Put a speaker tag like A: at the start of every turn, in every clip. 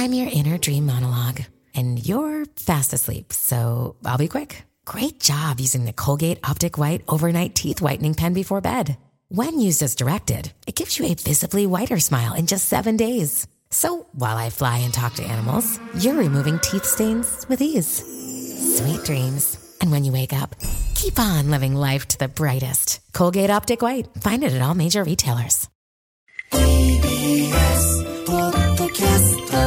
A: I'm your inner dream monologue, and you're fast asleep, so I'll be quick. Great job using the Colgate Optic White Overnight Teeth Whitening Pen before bed. When used as directed, it gives you a visibly whiter smile in just 7 days. So while I fly and talk to animals, you're removing teeth stains with ease. Sweet dreams. And when you wake up, keep on living life to the brightest. Colgate Optic White. Find it at all major retailers.
B: TBS ポッドキャスト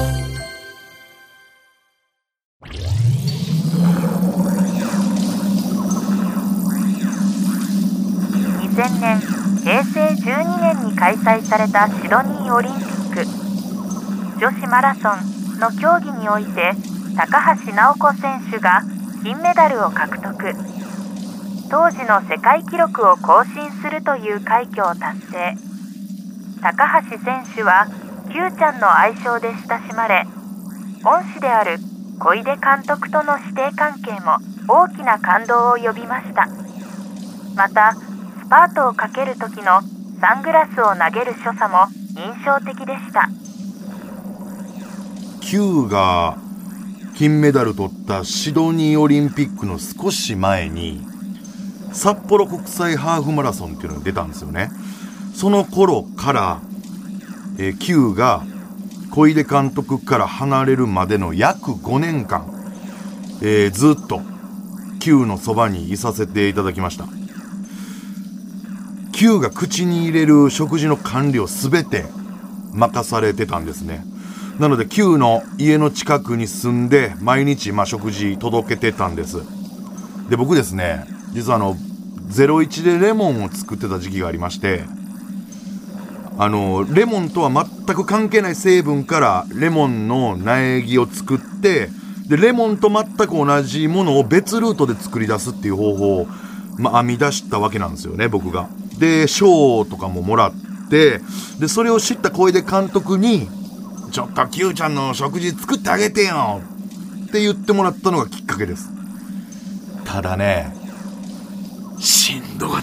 C: 2000年、平成12年に開催されたシドニーオリンピック女子マラソンの競技において高橋尚子選手が金メダルを獲得。当時の世界記録を更新するという快挙を達成。高橋選手は Q ちゃんの愛称で親しまれ、恩師である小出監督との師弟関係も大きな感動を呼びました。またスパートをかける時のサングラスを投げる所作も印象的でした。
D: Q が金メダル取ったシドニーオリンピックの少し前に札幌国際ハーフマラソンっていうのが出たんですよね。その頃から、Q が小出監督から離れるまでの約5年間、ずっと Q のそばにいさせていただきました。Q が口に入れる食事の管理をすべて任されてたんですね。なので Q の家の近くに住んで毎日食事届けてたんです。で僕ですね、実は01でレモンを作ってた時期がありまして、レモンとは全く関係ない成分からレモンの苗木を作って、でレモンと全く同じものを別ルートで作り出すっていう方法を、編み出したわけなんですよね、僕が。で賞とかももらって、でそれを知った小出監督にちょっと Q ちゃんの食事作ってあげてよって言ってもらったのがきっかけです。ただね、しんどかった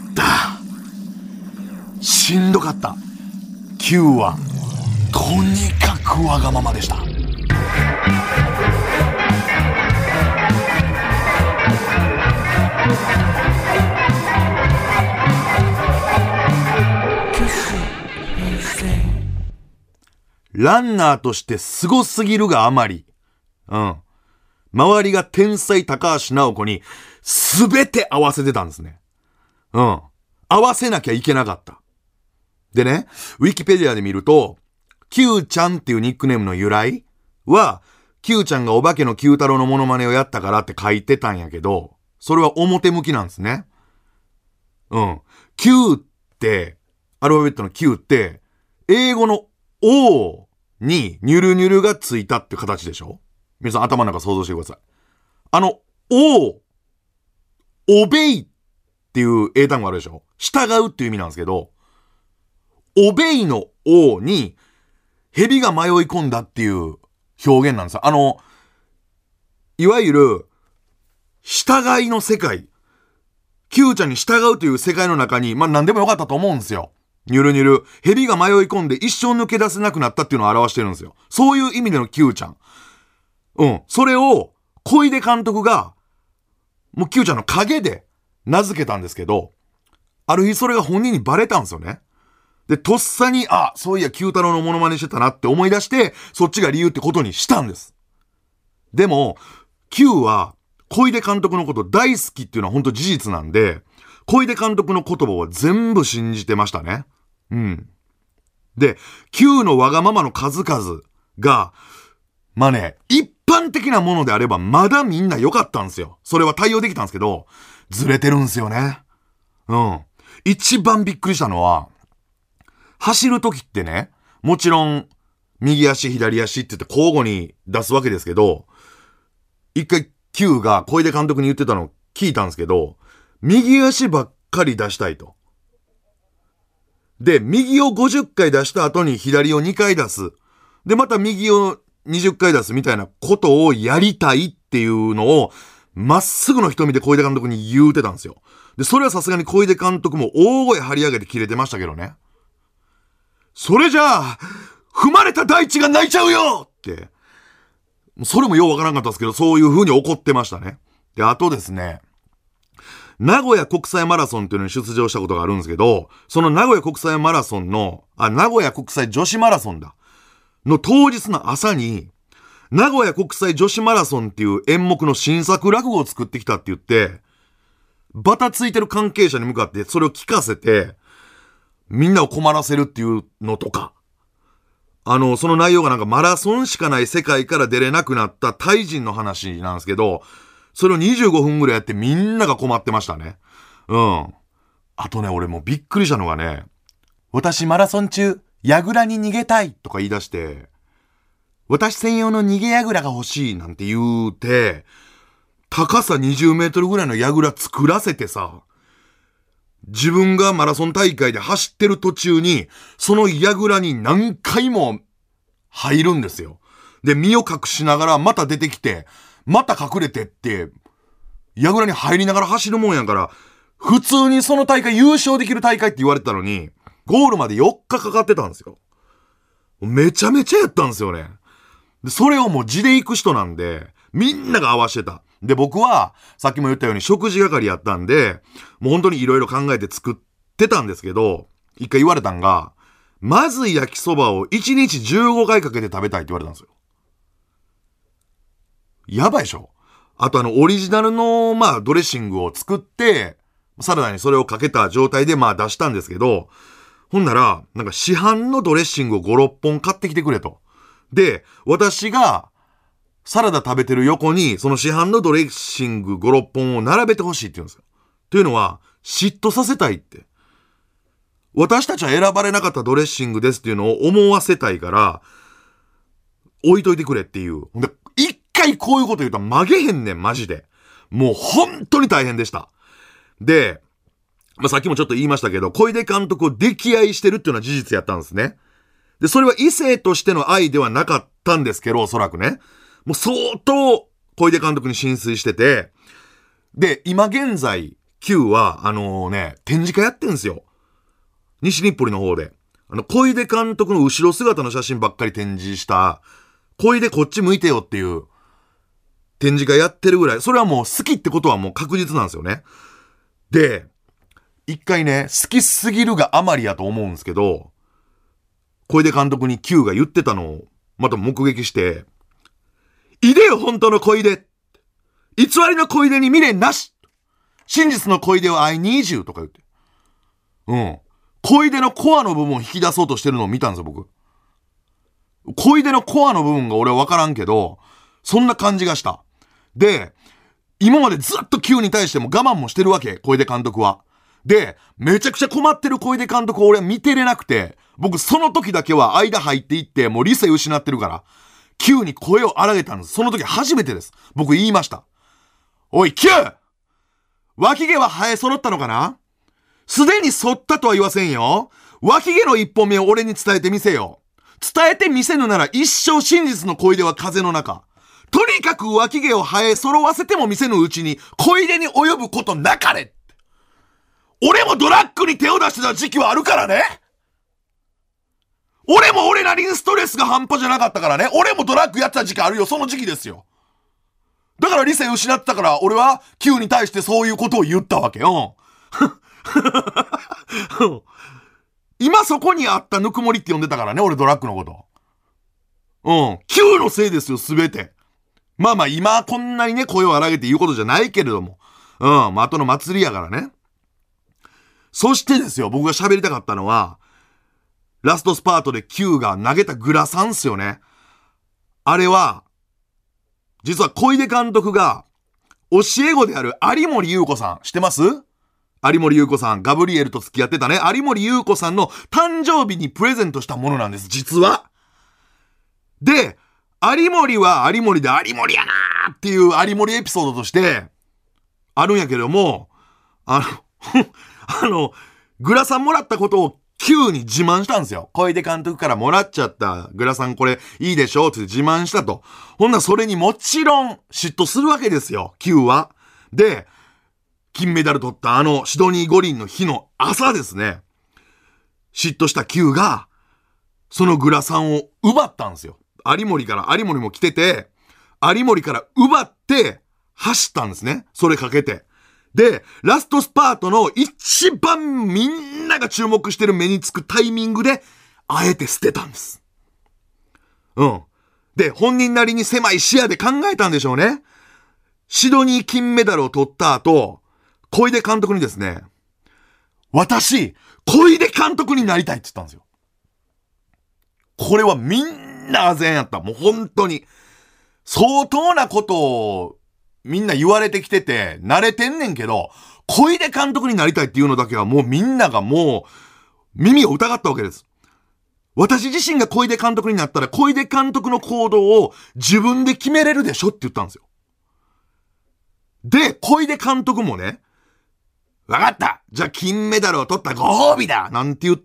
D: 。Q はとにかくわがままでした。ランナーとしてすごすぎるがあまり、周りが天才高橋尚子にすべて合わせてたんですね。合わせなきゃいけなかった。でね、ウィキペディアで見ると、Q ちゃんっていうニックネームの由来は、Q ちゃんがお化けの Q 太郎のモノマネをやったからって書いてたんやけど、それは表向きなんですね。Q って、アルファベットの Q って、英語の O にニュルニュルがついたって形でしょ？皆さん頭の中想像してください。O、obey っていう英単語あるでしょ？従うっていう意味なんですけど、obey の O に蛇が迷い込んだっていう表現なんですよ。いわゆる従いの世界、Q ちゃんに従うという世界の中に何でもよかったと思うんですよ。ニュルニュル、蛇が迷い込んで一生抜け出せなくなったっていうのを表してるんですよ。そういう意味での Q ちゃん。それを小出監督がもう Q ちゃんの影で名付けたんですけど、ある日それが本人にバレたんですよね。で、とっさに、そういや Q 太郎のモノマネしてたなって思い出して、そっちが理由ってことにしたんです。でも、Q は小出監督のこと大好きっていうのは本当事実なんで、小出監督の言葉は全部信じてましたね。で、Q のわがままの数々が、一般的なものであればまだみんな良かったんですよ。それは対応できたんですけど、ずれてるんですよね。一番びっくりしたのは、走るときってね、もちろん、右足、左足って言って交互に出すわけですけど、一回 Q が小出監督に言ってたのを聞いたんですけど、右足ばっかり出したいと。で、右を50回出した後に左を2回出す。で、また右を20回出すみたいなことをやりたいっていうのを、まっすぐの瞳で小出監督に言うてたんですよ。で、それはさすがに小出監督も大声張り上げてキレてましたけどね。それじゃあ、踏まれた大地が泣いちゃうよって、 それもようわからなかったですけど、そういう風に怒ってましたね。で、あとですね、名古屋国際マラソンっていうのに出場したことがあるんですけど、その名古屋国際マラソンの、名古屋国際女子マラソンだ。の当日の朝に、名古屋国際女子マラソンっていう演目の新作落語を作ってきたって言って、バタついてる関係者に向かってそれを聞かせて、みんなを困らせるっていうのとか、その内容がなんかマラソンしかない世界から出れなくなったタイ人の話なんですけど、それを25分ぐらいやってみんなが困ってましたね。あとね、俺もうびっくりしたのがね、私マラソン中、ヤグラに逃げたいとか言い出して、私専用の逃げヤグラが欲しいなんて言うて、高さ20メートルぐらいのヤグラ作らせてさ、自分がマラソン大会で走ってる途中に、そのヤグラに何回も入るんですよ。で、身を隠しながらまた出てきて、また隠れてって、ヤグラに入りながら走るもんやから、普通にその大会優勝できる大会って言われてたのに、ゴールまで4日かかってたんですよ。めちゃめちゃやったんですよね。で、それをもう地で行く人なんで、みんなが合わせてた。で、僕は、さっきも言ったように食事係やったんで、もう本当にいろいろ考えて作ってたんですけど、一回言われたんが、まずい焼きそばを1日15回かけて食べたいって言われたんですよ。やばいでしょ。あとオリジナルの、ドレッシングを作って、サラダにそれをかけた状態で出したんですけど、ほんなら、なんか市販のドレッシングを5、6本買ってきてくれと。で、私がサラダ食べてる横に、その市販のドレッシング5、6本を並べてほしいって言うんですよ。というのは、嫉妬させたいって。私たちは選ばれなかったドレッシングですっていうのを思わせたいから、置いといてくれっていう。で、一回こういうこと言うと曲げへんねん、マジで。もう本当に大変でした。で、さっきもちょっと言いましたけど、小出監督を溺愛してるっていうのは事実やったんですね。で、それは異性としての愛ではなかったんですけど、おそらくね。もう相当、小出監督に浸水してて、で、今現在、Q は、展示会やってんですよ。西日暮里の方で。小出監督の後ろ姿の写真ばっかり展示した、小出こっち向いてよっていう展示会やってるぐらい、それはもう好きってことはもう確実なんですよね。で、一回ね、好きすぎるがあまりやと思うんですけど、小出監督に Q が言ってたのをまた目撃して、いでよ本当の小出、偽りの小出に未練なし、真実の小出を I need you とか言って、小出のコアの部分を引き出そうとしてるのを見たんですよ、僕。小出のコアの部分が俺は分からんけど、そんな感じがした。で、今までずっと Q に対しても我慢もしてるわけ、小出監督は。で、めちゃくちゃ困ってる小出監督を俺は見てれなくて、僕その時だけは間入っていって、もう理性失ってるから、Q に声を荒げたんです。その時初めてです。僕言いました。おい Q！ 脇毛は生え揃ったのかな？すでに剃ったとは言わせんよ。脇毛の一本目を俺に伝えてみせよ。伝えてみせぬなら一生真実の小出は風の中。とにかく脇毛を生え揃わせても見せぬうちに小出に及ぶことなかれ。俺もドラッグに手を出してた時期はあるからね。俺も俺なりにストレスが半端じゃなかったからね。俺もドラッグやってた時期あるよ。その時期ですよ。だから理性失ってたから俺は Q に対してそういうことを言ったわけよ。今そこにあったぬくもりって呼んでたからね、俺ドラッグのこと。Q のせいですよ、すべて。今こんなにね、声を荒げて言うことじゃないけれども。後の祭りやからね。そしてですよ、僕が喋りたかったのは、ラストスパートで Q が投げたグラサンっすよね。あれは、実は小出監督が、教え子である有森裕子さん、知ってます？有森裕子さん、ガブリエルと付き合ってたね、有森裕子さんの誕生日にプレゼントしたものなんです、実は。で、有森は有森で有森やなーっていう有森エピソードとして、あるんやけども、グラサンもらったことを Q に自慢したんですよ。小出監督からもらっちゃったグラサンこれいいでしょって自慢したと。ほんならそれにもちろん嫉妬するわけですよ、Q は。で、金メダル取ったシドニー五輪の日の朝ですね。嫉妬した Q が、そのグラサンを奪ったんですよ。有森から、有森も来てて、 有森から奪って走ったんですね。それかけて。で、ラストスパートの一番みんなが注目してる目につくタイミングで、あえて捨てたんです。うん。で、本人なりに狭い視野で考えたんでしょうね。シドニー金メダルを取った後、小出監督にですね、私、小出監督になりたいって言ったんですよ。これはみんな唖然やった。もう本当に。相当なことをみんな言われてきてて、慣れてんねんけど、小出監督になりたいっていうのだけはもうみんながもう耳を疑ったわけです。私自身が小出監督になったら、小出監督の行動を自分で決めれるでしょって言ったんですよ。で、小出監督もね、わかった。じゃあ金メダルを取ったご褒美だなんて言って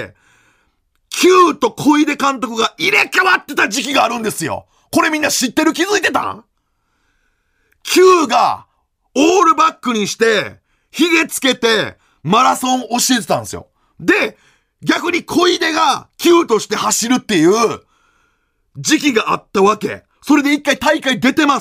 D: 、Q と小出監督が入れ替わってた時期があるんですよ。これみんな知ってる？気づいてた？ Q がオールバックにして、髭つけてマラソン教えてたんですよ。で、逆に小出が Q として走るっていう時期があったわけ。それで一回大会出てます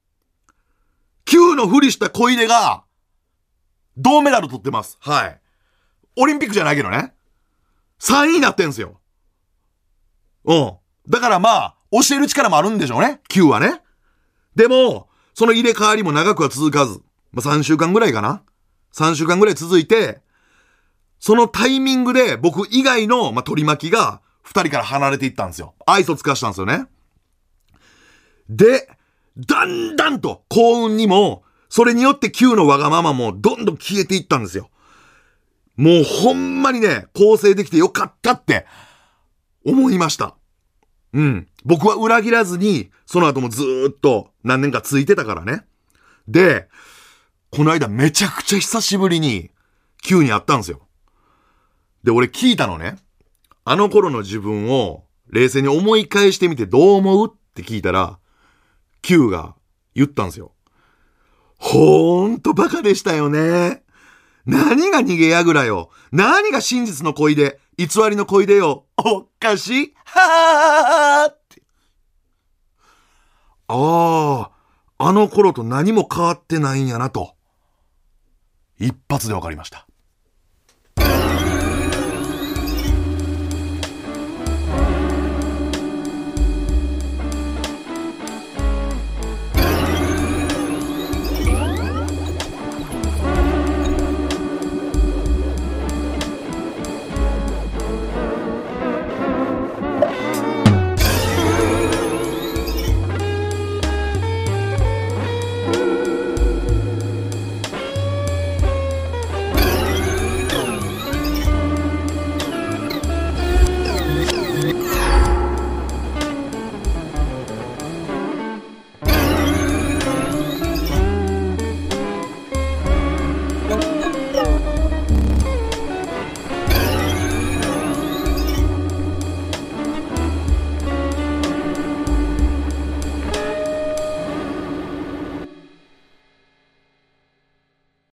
D: 。Q のふりした小出が銅メダル取ってます。はい。オリンピックじゃないけどね。3位になってんすよ。うん。だからまあ、教える力もあるんでしょうね。Q はね。でも、その入れ替わりも長くは続かず、まあ3週間ぐらいかな。3週間ぐらい続いて、そのタイミングで僕以外の、取り巻きが2人から離れていったんですよ。愛想つかしたんですよね。で、だんだんと幸運にも、それによって Q のわがままもどんどん消えていったんですよ。もうほんまにね、構成できてよかったって思いました。うん。僕は裏切らずに、その後もずーっと何年かついてたからね。で、この間めちゃくちゃ久しぶりに Q に会ったんですよ。で、俺聞いたのね。あの頃の自分を冷静に思い返してみてどう思うって聞いたら、Q が言ったんですよ。ほんとバカでしたよね。何が逃げやぐらよ。何が真実の恋で、偽りの恋でよ。おっかしいはーって。あの頃と何も変わってないんやなと。一発でわかりました。